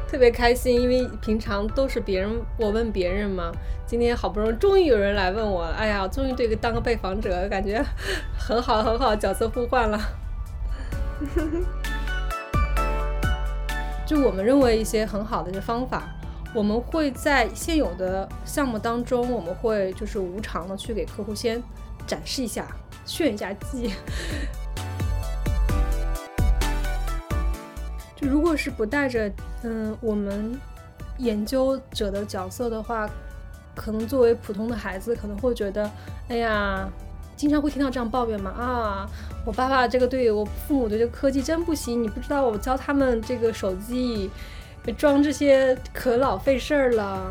特别开心，因为平常都是我问别人嘛，今天好不容易终于有人来问我了，哎呀，终于对当个被访者，感觉很好，角色互换了。就我们认为一些很好的一些方法，我们会在现有的项目当中，我们会就是无偿的去给客户先展示一下，炫一下技。就如果是不带着我们研究者的角色的话，可能作为普通的孩子可能会觉得，哎呀，经常会听到这样抱怨嘛，啊，我爸爸这个对我父母对这个科技真不行，你不知道我教他们这个手机装这些可老费事儿了。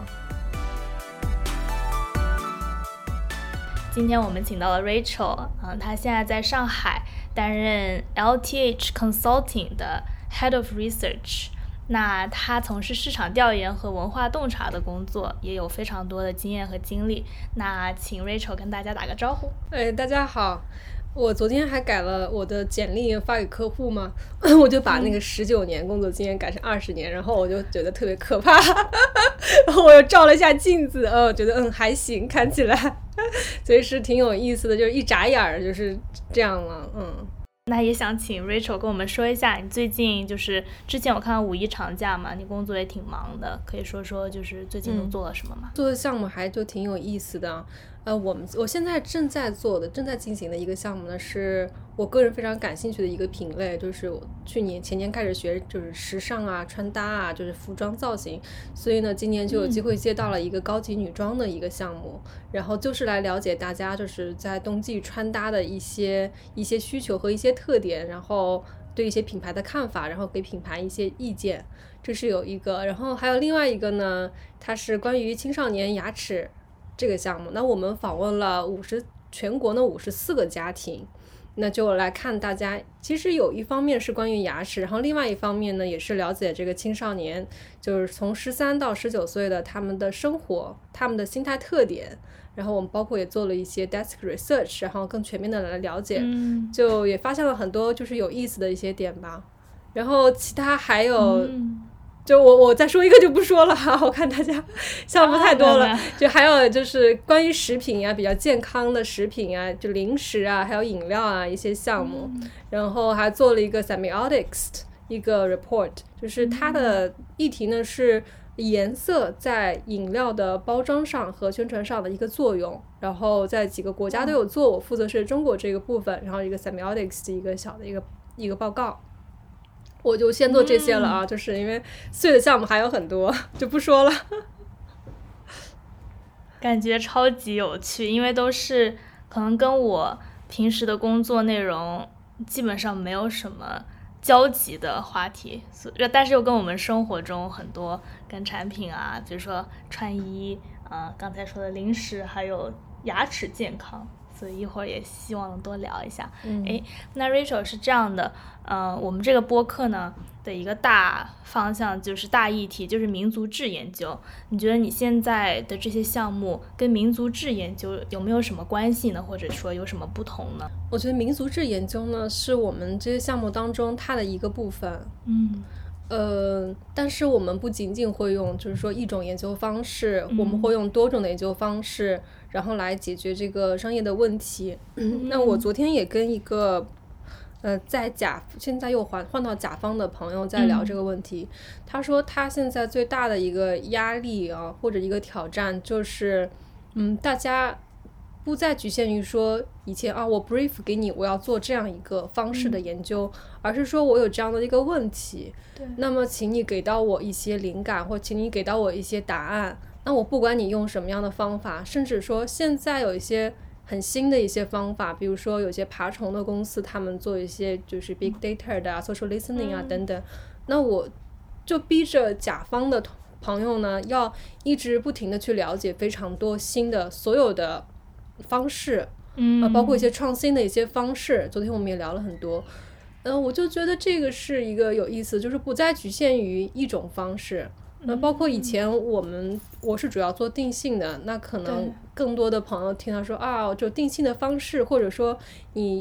今天我们请到了 Rachel，她现在在上海担任 LTH Consulting 的 Head of Research。那他从事市场调研和文化洞察的工作，也有非常多的经验和经历。那请 Rachel 跟大家打个招呼。 大家好，我昨天还改了我的简历发给客户嘛，我就把那个19年工作经验改成20年，然后我就觉得特别可怕，然后我又照了一下镜子，我觉得还行，看起来，所以是挺有意思的，就是一眨眼就是这样了， 那也想请 Rachel 跟我们说一下，你最近就是之前我看到5一长假嘛，你工作也挺忙的，可以说说就是最近都做了什么吗？ 做的项目还就挺有意思的。我现在正在进行的一个项目呢，是我个人非常感兴趣的一个品类，就是我前年开始学就是时尚啊、穿搭啊，就是服装造型，所以呢，今年就有机会接到了一个高级女装的一个项目，然后就是来了解大家就是在冬季穿搭的一些需求和一些特点，然后对一些品牌的看法，然后给品牌一些意见，这是有一个。然后还有另外一个呢，它是关于青少年牙齿这个项目，那我们访问了全国的54个家庭，那就来看大家，其实有一方面是关于牙齿，然后另外一方面呢也是了解这个青少年，就是从13到19岁的他们的生活，他们的心态特点，然后我们包括也做了一些 desk research， 然后更全面的来了解，就也发现了很多就是有意思的一些点吧。然后其他还有就我再说一个就不说了，我看大家项目太多了，就还有就是关于食品啊，比较健康的食品啊，就零食啊，还有饮料啊一些项目，然后还做了一个 semiotics 一个 report， 就是它的议题呢是颜色在饮料的包装上和宣传上的一个作用，然后在几个国家都有做，我负责是中国这个部分，然后一个 semiotics 的一个小的一个报告。我就先做这些了啊，就是因为碎的项目还有很多，就不说了。 感觉超级有趣，因为都是可能跟我平时的工作内容基本上没有什么交集的话题，但是又跟我们生活中很多跟产品啊，比如说穿衣刚才说的零食，还有牙齿健康，所以一会儿也希望能多聊一下。那 Rachel 是这样的，我们这个播客呢的一个大方向就是大议题，就是民族志研究。你觉得你现在的这些项目跟民族志研究有没有什么关系呢？或者说有什么不同呢？ 我觉得民族志研究呢是我们这些项目当中它的一个部分。但是我们不仅仅会用就是说一种研究方式，我们会用多种的研究方式，然后来解决这个商业的问题。那我昨天也跟一个现在又换到甲方的朋友在聊这个问题，他说他现在最大的一个压力啊，或者一个挑战就是大家不再局限于说以前我 brief 给你我要做这样一个方式的研究，而是说我有这样的一个问题，那么请你给到我一些灵感，或请你给到我一些答案，那我不管你用什么样的方法，甚至说现在有一些很新的一些方法，比如说有些爬虫的公司他们做一些就是 big data 的social listening 啊等等，那我就逼着甲方的朋友呢要一直不停的去了解非常多新的所有的方式，包括一些创新的一些方式，昨天我们也聊了很多，我就觉得这个是一个有意思，就是不再局限于一种方式。那包括以前我是主要做定性的，那可能更多的朋友听到说就定性的方式，或者说你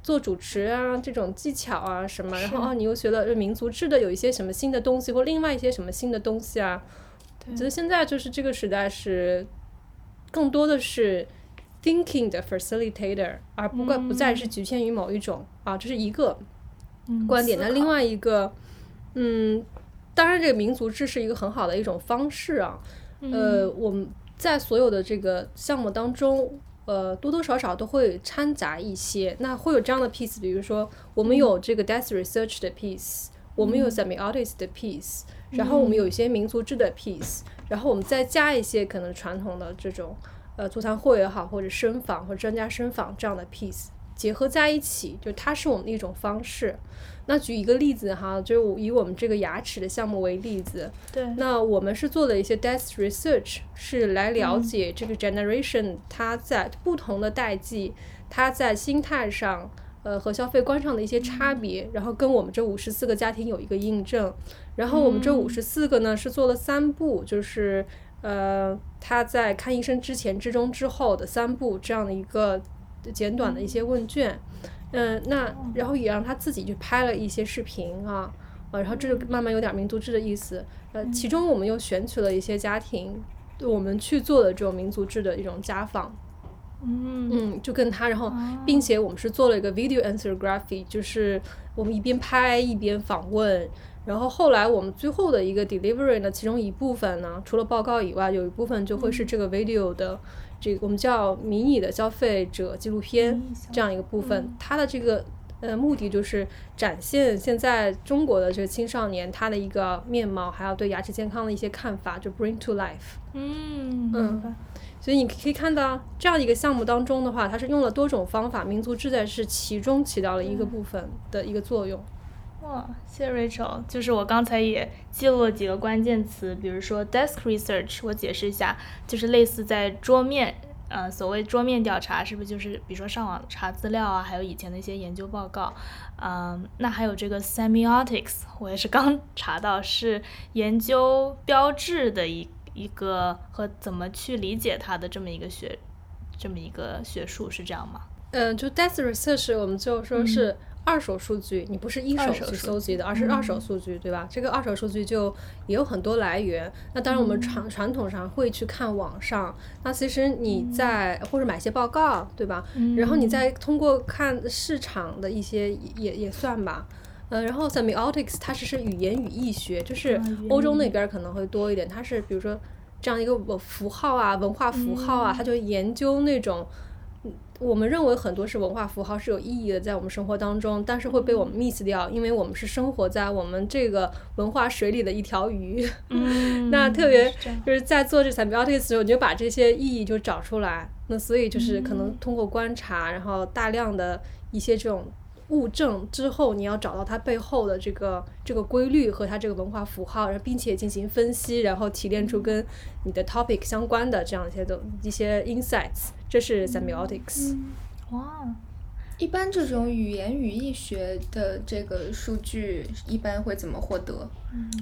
做主持啊这种技巧啊什么，然后你又学了民族志的有一些什么新的东西，或另外一些什么新的东西啊。我觉得现在就是这个时代是更多的是 thinking 的 facilitator， 而不再是局限于某一种啊，这是一个观点。那另外一个当然这个民族志是一个很好的一种方式啊。我们在所有的这个项目当中多多少少都会掺杂一些，那会有这样的 piece， 比如说我们有这个 death research 的 piece，我们有 semiotics 的 piece，然后我们有一些民族志的 piece，然后我们再加一些可能传统的这种座谈会也好，或者深访或者专家深访这样的 piece 结合在一起，就它是我们的一种方式。那举一个例子哈，就是以我们这个牙齿的项目为例子， 对， 那我们是做了一些 death research， 是来了解这个 generation 它在不同的代际，它在心态上和消费观上的一些差别，然后跟我们这54个家庭有一个印证。然后我们这54个呢是做了3步，就是他在看医生之前、之中、之后的3步这样的一个简短的一些问卷。那然后也让他自己去拍了一些视频啊，然后这就慢慢有点民族志的意思。其中我们又选取了一些家庭，我们去做的这种民族志的一种家访。就跟他，然后并且我们是做了一个 video anthropography， 就是我们一边拍一边访问。然后后来我们最后的一个 delivery 呢，其中一部分呢，除了报告以外，有一部分就会是这个 video 的这个我们叫迷你的消费者纪录片这样一个部分。它的这个目的就是展现现在中国的这个青少年他的一个面貌，还有对牙齿健康的一些看法，就 bring to life。所以你可以看到这样一个项目当中的话，它是用了多种方法，民族志在是其中起到了一个部分的一个作用。 哇，谢谢 Rachel。就是我刚才也记录了几个关键词，比如说 desk research， 我解释一下，就是类似在桌面，所谓桌面调查，是不是就是比如说上网查资料啊，还有以前的一些研究报告。那还有这个 semiotics， 我也是刚查到，是研究标志的一个和怎么去理解它的这么一个学术，是这样吗？ 就 death research 我们就说是二手数据，你不是一手去搜集的，而是二手数据，对吧？这个二手数据就也有很多来源。那当然我们传统上会去看网上，那其实你在或者买些报告，对吧？然后你再通过看市场的一些也算吧。然后 semiotics 它是语言语义学，就是欧洲那边可能会多一点，它是比如说这样一个符号啊，文化符号啊，它就研究那种我们认为很多是文化符号是有意义的在我们生活当中，但是会被我们 miss 掉，因为我们是生活在我们这个文化水里的一条鱼。那特别就是在做这 semiotics 的时候，你就把这些意义就找出来。那所以就是可能通过观察，然后大量的一些这种物证之后，你要找到它背后的这个规律和它这个文化符号，然后并且进行分析，然后提炼出跟你的 topic 相关的这样一些 insights， 这是 semiotics。 哇，一般这种语言语义学的这个数据一般会怎么获得？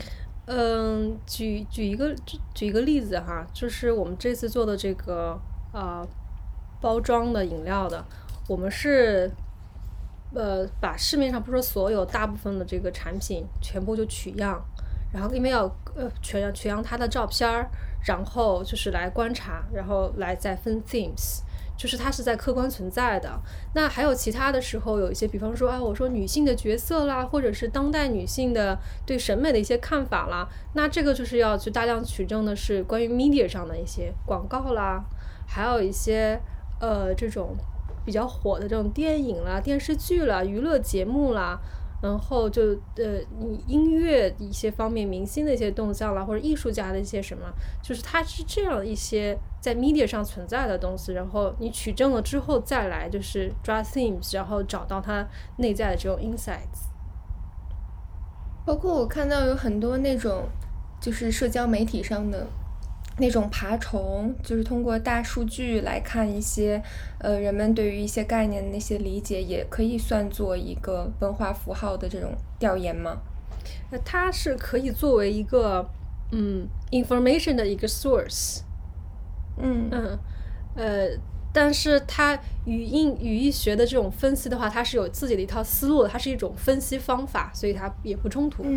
举一个例子哈，就是我们这次做的这个包装的饮料的，我们是把市面上不说所有大部分的这个产品全部就取样，然后因为要取样它的照片儿，然后就是来观察，然后来再分 themes， 就是它是在客观存在的。那还有其他的时候有一些，比方说我说女性的角色啦，或者是当代女性的对审美的一些看法啦，那这个就是要去大量取证的是关于 media 上的一些广告啦，还有一些这种比较火的这种电影啦、电视剧啦、娱乐节目啦，然后就音乐一些方面明星的一些动向啦，或者艺术家的一些什么，就是它是这样一些在 media 上存在的东西，然后你取证了之后再来就是抓 themes， 然后找到它内在的这种 insights。 包括我看到有很多那种就是社交媒体上的那种爬虫，就是通过大数据来看一些人们对于一些概念的那些理解，也可以算作一个文化符号的这种调研吗？ 它是可以作为一个information 的一个 source。 但是它语义学的这种分析的话，它是有自己的一套思路的，它是一种分析方法，所以它也不冲突。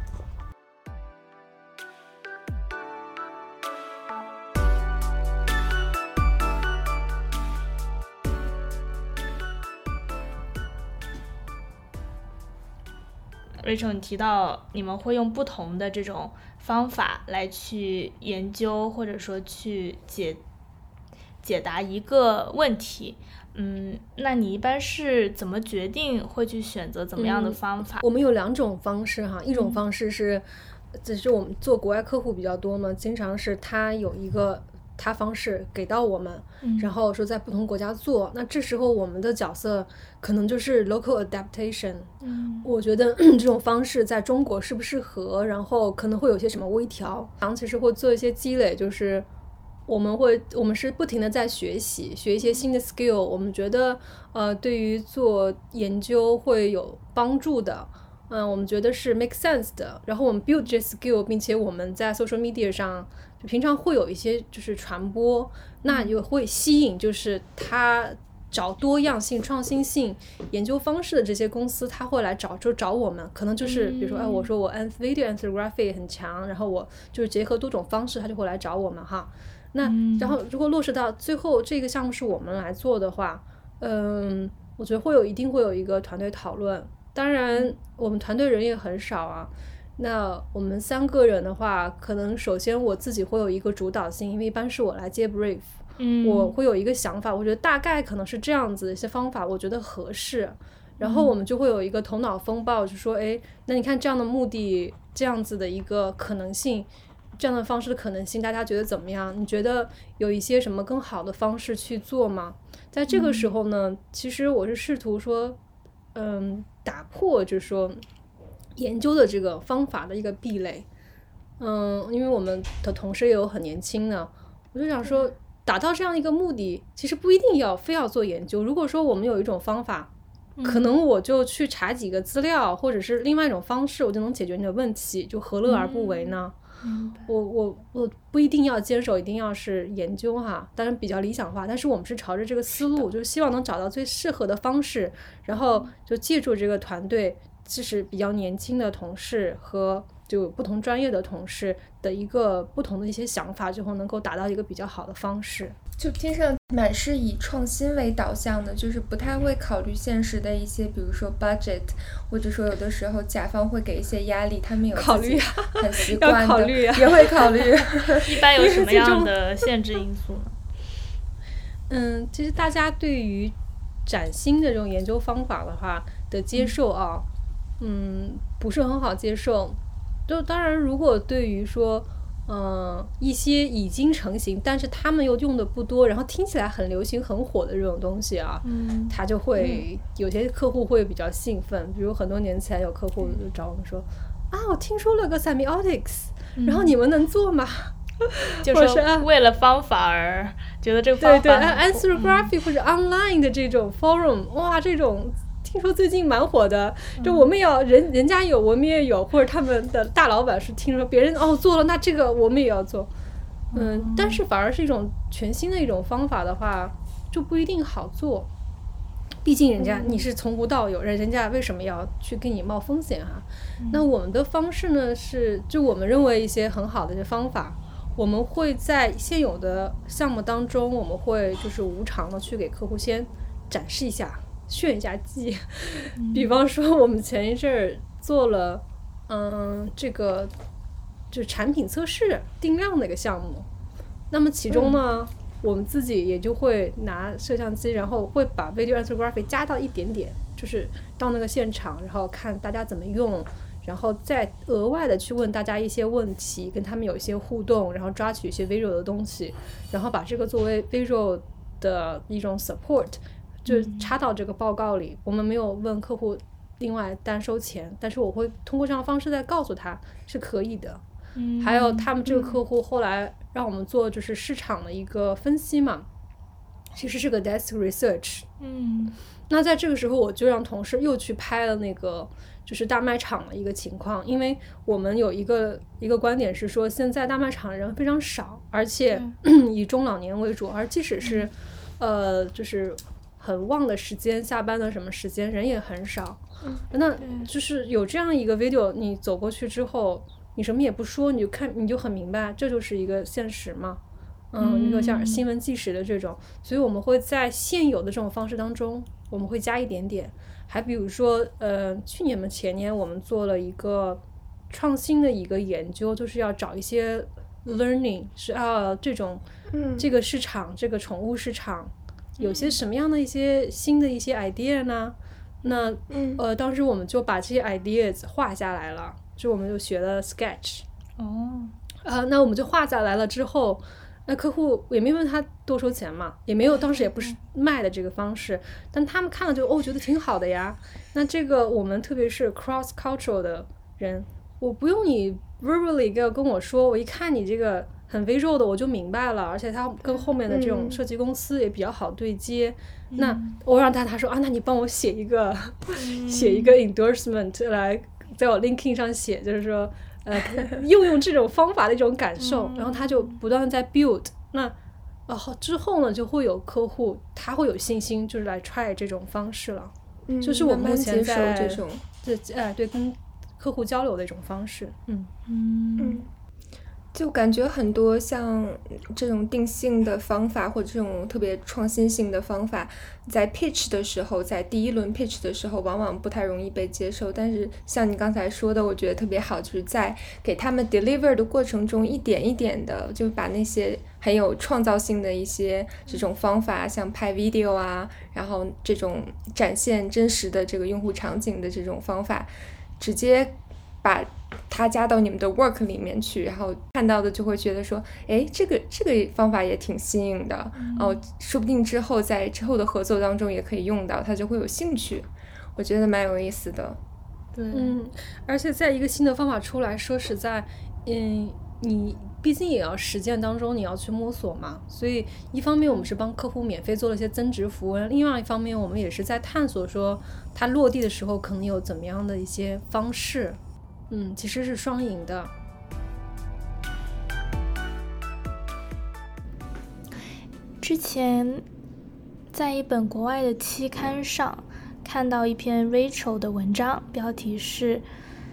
Rachel， 你提到你们会用不同的这种方法来去研究，或者说去解答一个问题。那你一般是怎么决定会去选择怎么样的方法？ 我们有2种方式哈，一种方式是，只是我们做国外客户比较多嘛，经常是他有一个他方式给到我们，然后说在不同国家做，那这时候我们的角色可能就是 local adaptation。我觉得这种方式在中国适不适合，然后可能会有些什么微调，其实会做一些积累，就是我们是不停的在学一些新的 skill， 我们觉得对于做研究会有帮助的。我们觉得是 make sense 的，然后我们 build 这 skill， 并且我们在 social media 上就平常会有一些就是传播，那也会吸引就是他找多样性、创新性研究方式的这些公司，他会来找我们，可能就是比如说我说我 video anthropography 很强，然后我就是结合多种方式，他就会来找我们哈。那然后如果落实到最后这个项目是我们来做的话，我觉得一定会有一个团队讨论。当然我们团队人也很少啊，那我们3个人的话，可能首先我自己会有一个主导性，因为一般是我来接 brief，我会有一个想法，我觉得大概可能是这样子的一些方法，我觉得合适，然后我们就会有一个头脑风暴，就说那你看这样的目的，这样子的一个可能性，这样的方式的可能性，大家觉得怎么样？你觉得有一些什么更好的方式去做吗？在这个时候呢，其实我是试图说打破就是说研究的这个方法的一个壁垒。因为我们的同事也有很年轻的，我就想说达到这样一个目的，其实不一定非要做研究。如果说我们有一种方法，可能我就去查几个资料，或者是另外一种方式，我就能解决你的问题，就何乐而不为呢？我不一定要坚守一定要是研究哈，当然比较理想化，但是我们是朝着这个思路，就是希望能找到最适合的方式，然后就借助这个团队，就是比较年轻的同事和就不同专业的同事的一个不同的一些想法，最后能够达到一个比较好的方式。 就听上蛮是以创新为导向的，就是不太会考虑现实的一些，比如说 budget， 或者说有的时候甲方会给一些压力，他们有自己很习惯的也会考虑。 一般有什么样的限制因素呢？其实大家对于崭新的这种研究方法的话的接受啊，不是很好接受。就当然如果对于说一些已经成型但是他们又用的不多，然后听起来很流行很火的这种东西啊，他就会有些客户会比较兴奋。比如很多年前有客户就找我们说我听说了个 semiotics，然后你们能做吗？ 就是为了方法而觉得这个方法对 anthropography 或者 online 的这种 forum， 哇，这种听说最近蛮火的，就我们也要人家有我们也有，或者他们的大老板是听说别人做了，那这个我们也要做。但是反而是一种全新的一种方法的话，就不一定好做。毕竟人家你是从无到有，人家为什么要去跟你冒风险哈？那我们的方式呢是，就我们认为一些很好的一些方法，我们会在现有的项目当中，我们会就是无偿的去给客户先展示一下。炫一下技，比方说我们前一阵儿做了这个就是产品测试定量的一个项目，那么其中呢我们自己也就会拿摄像机，然后会把 video anthropography 加到一点点，就是到那个现场，然后看大家怎么用，然后再额外的去问大家一些问题，跟他们有一些互动，然后抓取一些 visual 的东西，然后把这个作为 visual 的一种 support就插到这个报告里。我们没有问客户另外单收钱，但是我会通过这样的方式再告诉他是可以的。还有他们这个客户后来让我们做就是市场的一个分析嘛，其实是个 desk research。那在这个时候我就让同事又去拍了那个就是大卖场的一个情况，因为我们有一个观点是说，现在大卖场的人非常少，而且以中老年为主，而即使是就是很旺的时间，下班的什么时间人也很少，那就是有这样一个 video， 你走过去之后你什么也不说，你就很明白这就是一个现实嘛。一个像新闻纪实的这种，所以我们会在现有的这种方式当中我们会加一点点。还比如说去年前年我们做了一个创新的一个研究，就是要找一些 learning 是这种这个市场这个宠物市场有些什么样的一些新的一些 idea 呢？那当时我们就把这些 ideas 画下来了，就我们就学了 sketch。那我们就画下来了之后，那客户也没问他多收钱嘛，也没有，当时也不是卖的这个方式，但他们看了就觉得挺好的呀。那这个我们特别是 cross cultural 的人，我不用你 verbally 跟我说，我一看你这个很 visual 的我就明白了，而且它跟后面的这种设计公司也比较好对接。那我让他说那你帮我写一个endorsement 来在我 LinkedIn 上写，就是说用这种方法的一种感受，然后他就不断的在 build。那之后呢就会有客户他会有信心就是来 try 这种方式了，就是我目前在慢慢接受这种对跟客户交流的一种方式。 就感觉很多像这种定性的方法或者这种特别创新性的方法，在 pitch 的时候，在第一轮 pitch 的时候往往不太容易被接受，但是像你刚才说的我觉得特别好，就是在给他们 deliver 的过程中一点一点的就把那些很有创造性的一些这种方法，像拍 video 啊，然后这种展现真实的这个用户场景的这种方法直接把它加到你们的 work 里面去，然后看到的就会觉得说这个方法也挺新颖的，说不定之后在之后的合作当中也可以用到，他就会有兴趣，我觉得蛮有意思的。 对， 而且在一个新的方法出来，说实在你毕竟也要实践当中你要去摸索嘛，所以一方面我们是帮客户免费做了一些增值服务，另外一方面我们也是在探索说它落地的时候可能有怎么样的一些方式，其实是双赢的。 之前在一本国外的期刊上看到一篇 Rachel 的文章，标题是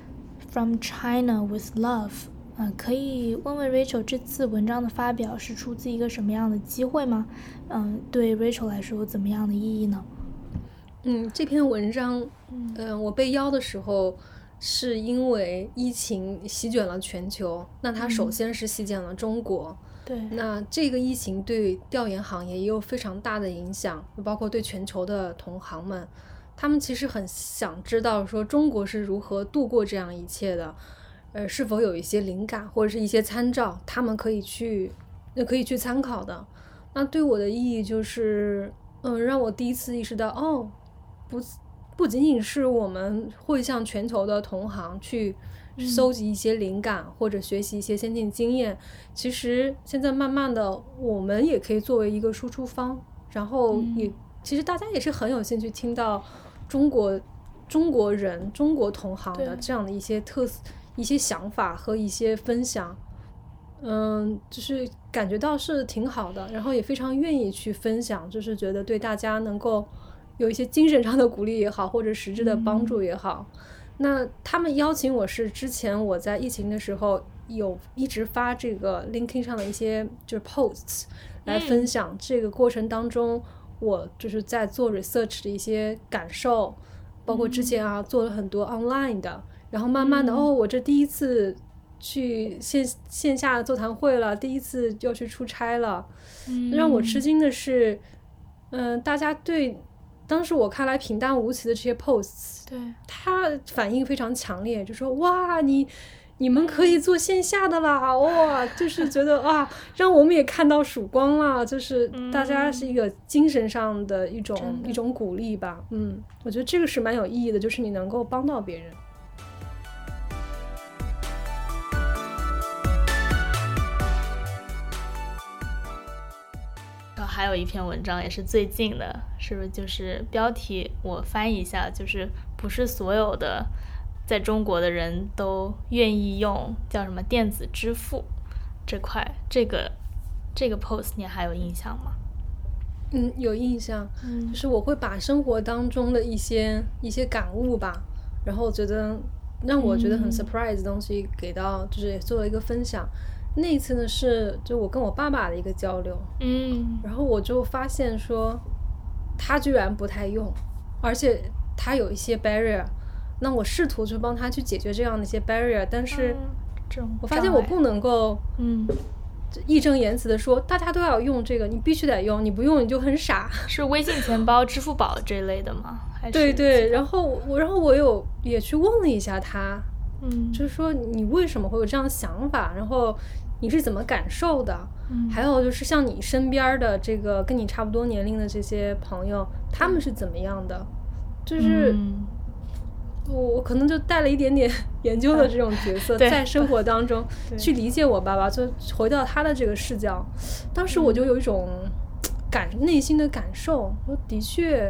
From China with Love。可以问问 Rachel 这次文章的发表是出自一个什么样的机会吗？对 Rachel 来说有怎么样的意义呢？ 这篇文章我被邀的时候是因为疫情席卷了全球，那它首先是席卷了中国， 对， 那这个疫情对调研行业也有非常大的影响，包括对全球的同行们，他们其实很想知道说中国是如何度过这样一切的，是否有一些灵感或者是一些参照他们可以去参考的。那对我的意义就是让我第一次意识到不仅仅是我们会向全球的同行去搜集一些灵感或者学习一些先进经验，其实现在慢慢的我们也可以作为一个输出方，然后其实大家也是很有兴趣听到中国人中国同行的这样的一些一些想法和一些分享，就是感觉到是挺好的，然后也非常愿意去分享，就是觉得对大家能够有一些精神上的鼓励也好，或者实质的帮助也好。那他们邀请我是之前我在疫情的时候有一直发这个 LinkedIn 上的一些就是 posts 来分享这个过程当中我就是在做 research 的一些感受，包括之前做了很多 online 的，然后慢慢的我这第一次去线下座谈会了，第一次要去出差了，让我吃惊的是大家对当时我看来平淡无奇的这些 posts， 对， 他反应非常强烈，就说哇你们可以做线下的啦，哇，就是觉得让我们也看到曙光了，就是大家是一个精神上的一种鼓励吧。我觉得这个是蛮有意义的，就是你能够帮到别人。 还有一篇文章也是最近的，是不是就是标题我翻译一下，就是不是所有的在中国的人都愿意用叫什么电子支付这块，这个 post 你还有印象吗？ 有印象，就是我会把生活当中的一些感悟吧，然后觉得让我觉得很 surprise 的东西给到，就是也做了一个分享。那一次呢是就我跟我爸爸的一个交流，然后我就发现说他居然不太用，而且他有一些 barrier， 那我试图去帮他去解决这样的一些 barrier， 但是我发现我不能够义正言辞的说大家都要用这个，你必须得用，你不用你就很傻。 是微信钱包、支付宝这类的吗？还是对，然后我也去问了一下他，就是说你为什么会有这样的想法，然后你是怎么感受的？还有就是像你身边的这个跟你差不多年龄的这些朋友，他们是怎么样的？就是我可能就带了一点点研究的这种角色，在生活当中去理解我爸爸，就回到他的这个视角。当时我就有一种内心的感受，我的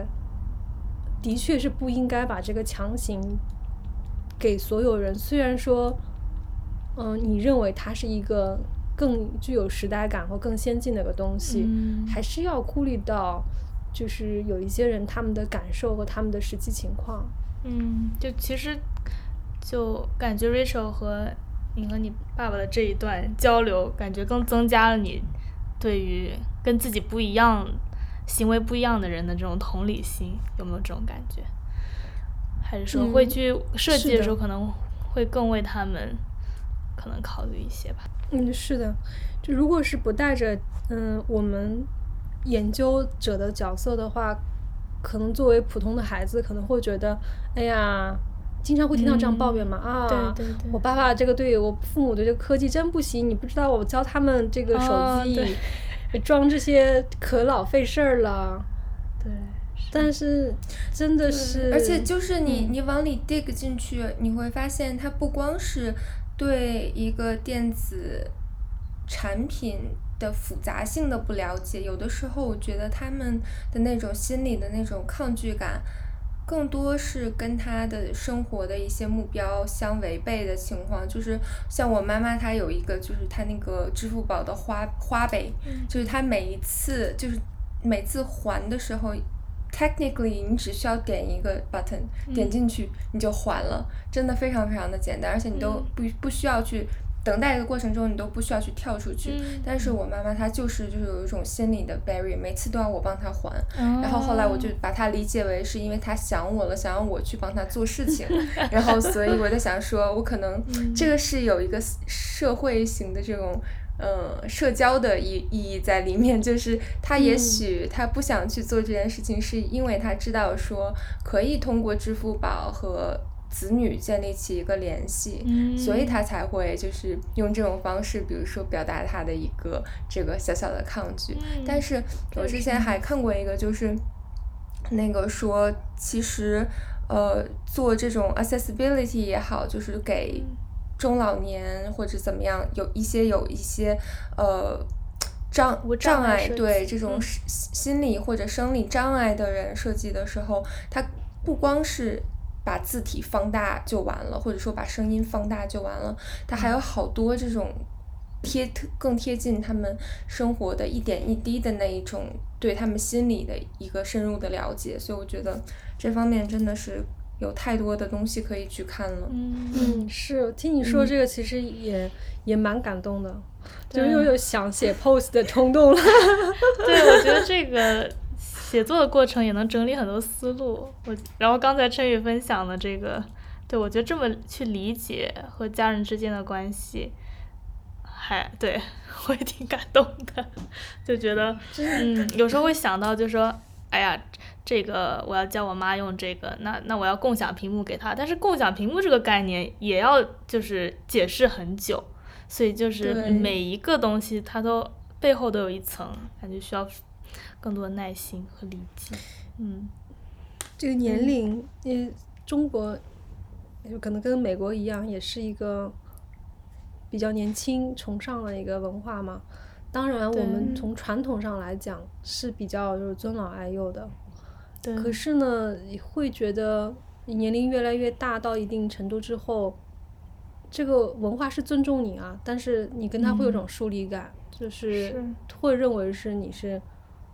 确是不应该把这个强行给所有人。虽然说你认为它是一个更具有时代感或更先进的一个东西，还是要顾虑到就是有一些人他们的感受和他们的实际情况。 就其实就感觉 Rachel 和你爸爸的这一段交流，感觉更增加了你对于跟自己不一样、行为不一样的人的这种同理心，有没有这种感觉？还是说会去设计的时候可能会更为他们可能考虑一些吧？ 是的，就如果是不带着我们研究者的角色的话，可能作为普通的孩子可能会觉得哎呀，经常会听到这样抱怨嘛， 对， 我爸爸这个对我父母对这个科技真不行，你不知道我教他们这个手机装这些可老费事儿了。 对， 但是真的是， 而且就是你往里 dig 进去，你会发现它不光是对一个电子产品的复杂性的不了解，有的时候我觉得他们的那种心理的那种抗拒感更多是跟他的生活的一些目标相违背的情况。就是像我妈妈她有一个，就是她那个支付宝的花呗，就是她每次还的时候technically 你只需要点一个 button，点进去你就还了，真的非常非常的简单，而且你都不需要去等待的过程中你都不需要去跳出去。但是我妈妈她就是有一种心理的 barrier， 每次都要我帮她还，然后后来我就把她理解为是因为她想我了，想让我去帮她做事情，然后所以我在想说我可能这个是有一个社会型的这种社交的意义在里面，就是他也许他不想去做这件事情，是因为他知道说可以通过支付宝和子女建立起一个联系，所以他才会就是用这种方式，比如说表达他的一个这个小小的抗拒。但是我之前还看过一个，就是那个说其实做这种 accessibility 也好，就是给中老年或者怎么样有一些障碍，对这种心理或者生理障碍的人设计的时候，他不光是把字体放大就完了，或者说把声音放大就完了，他还有好多这种更贴近他们生活的一点一滴的那一种对他们心理的一个深入的了解。所以我觉得这方面真的是有太多的东西可以去看了。 是听你说这个其实也蛮感动的，就又有想写 post 的冲动了。 对，我觉得这个写作的过程也能整理很多思路。然后刚才陈宇分享的这个，对，我觉得这么去理解和家人之间的关系，对，我也挺感动的，就觉得有时候会想到就说哎呀，这个我要教我妈用这个，那我要共享屏幕给她，但是共享屏幕这个概念也要就是解释很久，所以就是每一个东西它都背后都有一层，感觉需要更多的耐心和理解。 这个年龄，中国可能跟美国一样，也是一个比较年轻崇尚的一个文化嘛。当然我们从传统上来讲是比较就是尊老爱幼的，可是呢会觉得年龄越来越大到一定程度之后，这个文化是尊重你啊，但是你跟他会有种疏离感，就是会认为是你是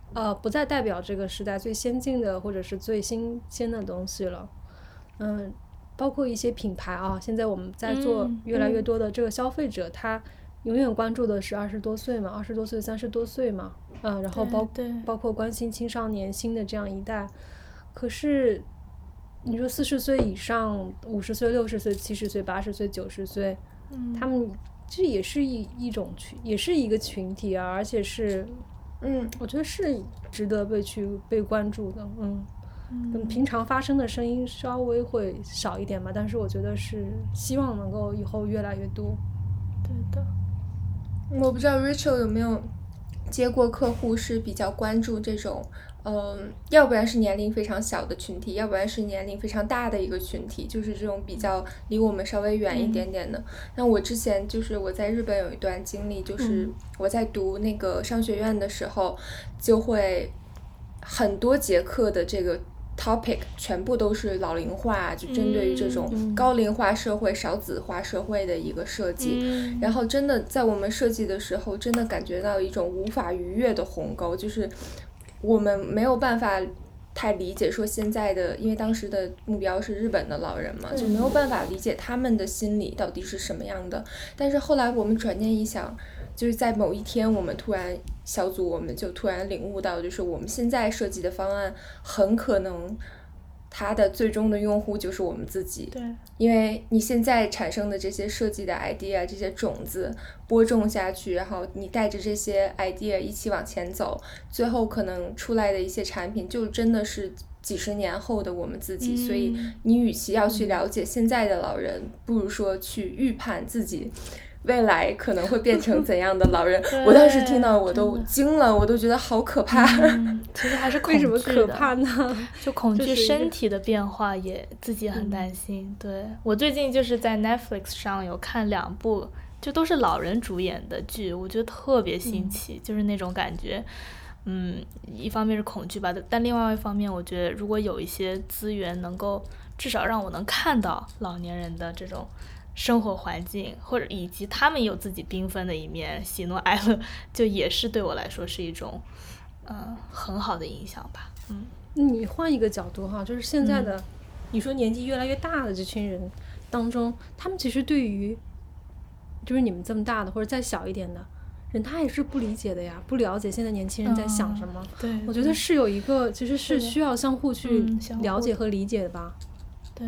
不再代表这个时代最先进的或者是最新鲜的东西了。包括一些品牌啊，现在我们在做越来越多的这个消费者，他永远关注的是20多岁嘛，20多岁30多岁嘛，然后包括关心青少年新的这样一代。可是你说40岁以上50岁60岁70岁80岁90岁，他们这也是一种也是一个群体啊，而且是我觉得是值得被关注的。平常发生的声音稍微会少一点吧，但是我觉得是希望能够以后越来越多。 对的。 我不知道 Rachel 有没有接过客户是比较关注这种要不然是年龄非常小的群体，要不然是年龄非常大的一个群体，就是这种比较离我们稍微远一点点的。那我之前就是我在日本有一段经历，就是我在读那个商学院的时候，就会很多节课的这个topic 全部都是老龄化，就针对于这种高龄化社会少子化社会的一个设计。然后真的在我们设计的时候，真的感觉到一种无法逾越的鸿沟，就是我们没有办法太理解说现在的，因为当时的目标是日本的老人嘛，就没有办法理解他们的心理到底是什么样的。但是后来我们转念一想，就是在某一天我们突然小组我们就突然领悟到，就是我们现在设计的方案很可能它的最终的用户就是我们自己。 对， 因为你现在产生的这些设计的 idea 这些种子播种下去，然后你带着这些 idea 一起往前走，最后可能出来的一些产品就真的是几十年后的我们自己。所以你与其要去了解现在的老人，不如说去预判自己未来可能会变成怎样的老人。我当时听到我都惊了，我都觉得好可怕。 其实还是恐惧的。 为什么可怕呢？ 就恐惧身体的变化，也自己很担心。对，我最近就是在 Netflix 上有看2部，就都是老人主演的剧，我觉得特别新奇，就是那种感觉。一方面是恐惧吧，但另外一方面，我觉得如果有一些资源能够至少让我能看到老年人的这种生活环境，或者以及他们有自己缤纷的一面，喜怒哀乐，就也是对我来说是一种很好的影响吧。 你换一个角度哈，就是现在的你说年纪越来越大的这群人当中，他们其实对于就是你们这么大的或者再小一点的人，他也是不理解的呀，不了解现在年轻人在想什么。 对， 我觉得是有一个其实是需要相互去了解和理解的吧。 对，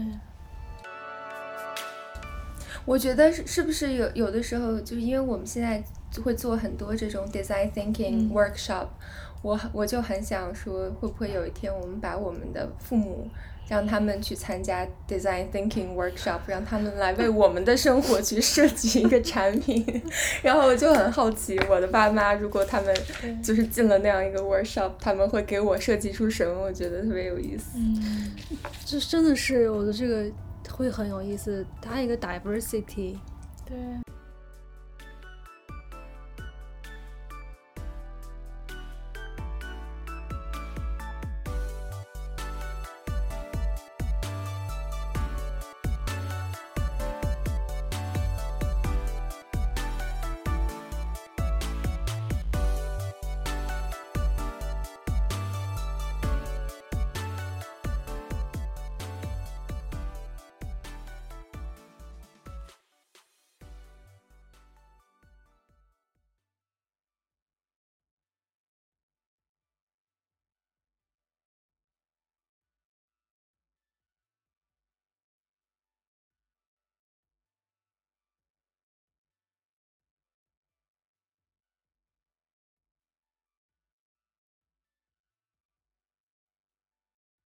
我觉得是不是有的时候，就是因为我们现在会做很多这种 design thinking workshop，我就很想说，会不会有一天我们把我们的父母让他们去参加 design thinking workshop， 让他们来为我们的生活去设计一个产品。然后我就很好奇，我的爸妈如果他们就是进了那样一个 workshop， 他们会给我设计出什么，我觉得特别有意思。 这真的是我的这个会很有意思，它一个 diversity。 对。